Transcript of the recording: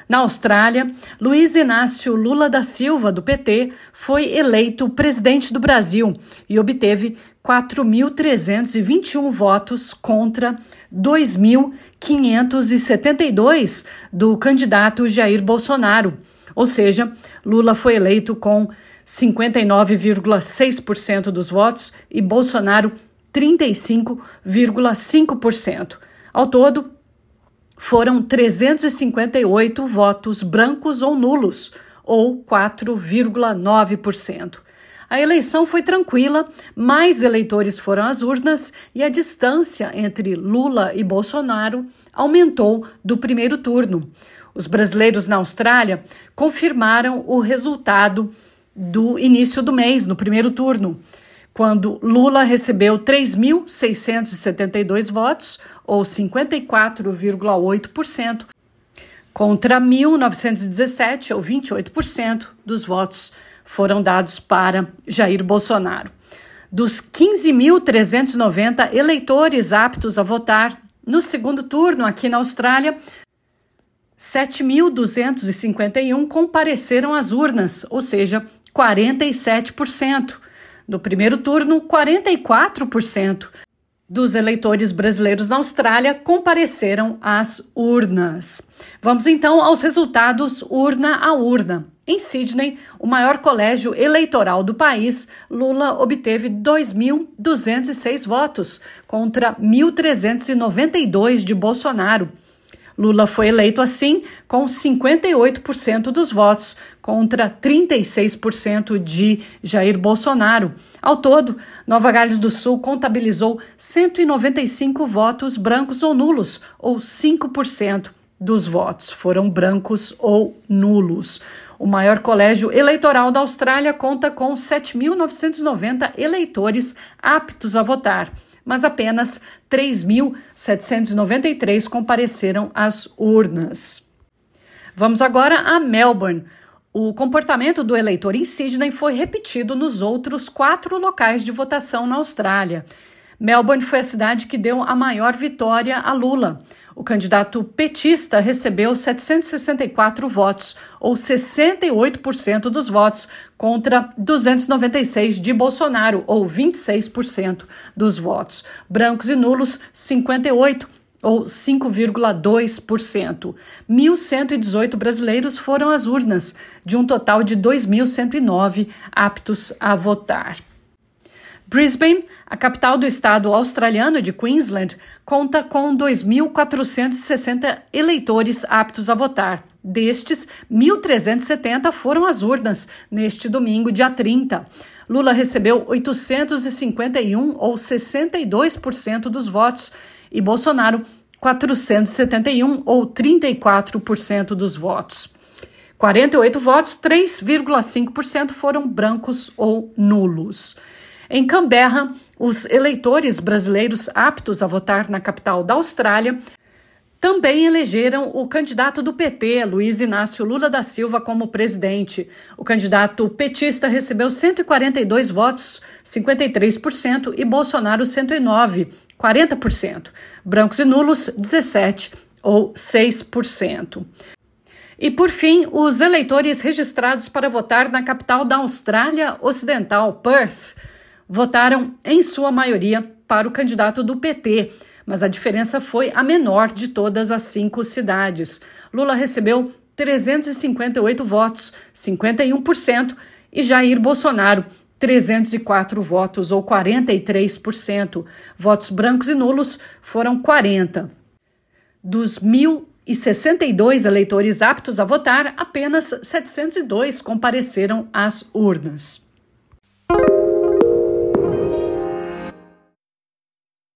Na Austrália, Luiz Inácio Lula da Silva, do PT, foi eleito presidente do Brasil e obteve 4.321 votos contra 2.572 do candidato Jair Bolsonaro. Ou seja, Lula foi eleito com 59,6% dos votos e Bolsonaro 35,5%. Ao todo, foram 358 votos brancos ou nulos, ou 4,9%. A eleição foi tranquila, mais eleitores foram às urnas e a distância entre Lula e Bolsonaro aumentou do primeiro turno. Os brasileiros na Austrália confirmaram o resultado do início do mês, no primeiro turno, quando Lula recebeu 3.672 votos, ou 54,8%, contra 1.917, ou 28% dos votos foram dados para Jair Bolsonaro. Dos 15.390 eleitores aptos a votar no segundo turno aqui na Austrália, 7.251 compareceram às urnas, ou seja, 47%. No primeiro turno, 44% dos eleitores brasileiros na Austrália compareceram às urnas. Vamos então aos resultados urna a urna. Em Sydney, o maior colégio eleitoral do país, Lula obteve 2.206 votos contra 1.392 de Bolsonaro. Lula foi eleito assim com 58% dos votos contra 36% de Jair Bolsonaro. Ao todo, Nova Gales do Sul contabilizou 195 votos brancos ou nulos, ou 5% dos votos foram brancos ou nulos. O maior colégio eleitoral da Austrália conta com 7.990 eleitores aptos a votar, mas apenas 3.793 compareceram às urnas. Vamos agora a Melbourne. O comportamento do eleitor em Sydney foi repetido nos outros 4 locais de votação na Austrália. Melbourne foi a cidade que deu a maior vitória a Lula. O candidato petista recebeu 764 votos, ou 68% dos votos, contra 296 de Bolsonaro, ou 26% dos votos. Brancos e nulos, 58, ou 5,2%. 1.118 brasileiros foram às urnas, de um total de 2.109 aptos a votar. Brisbane, a capital do estado australiano de Queensland, conta com 2.460 eleitores aptos a votar. Destes, 1.370 foram às urnas neste domingo, dia 30. Lula recebeu 851, ou 62% dos votos, e Bolsonaro 471, ou 34% dos votos. 48 votos, 3,5% foram brancos ou nulos. Em Canberra, os eleitores brasileiros aptos a votar na capital da Austrália também elegeram o candidato do PT, Luiz Inácio Lula da Silva, como presidente. O candidato petista recebeu 142 votos, 53%, e Bolsonaro 109, 40%. Brancos e nulos, 17, ou 6%. E, por fim, os eleitores registrados para votar na capital da Austrália Ocidental, Perth, votaram, em sua maioria, para o candidato do PT, mas a diferença foi a menor de todas as 5 cidades. Lula recebeu 358 votos, 51%, e Jair Bolsonaro, 304 votos, ou 43%. Votos brancos e nulos foram 40. Dos 1.062 eleitores aptos a votar, apenas 702 compareceram às urnas.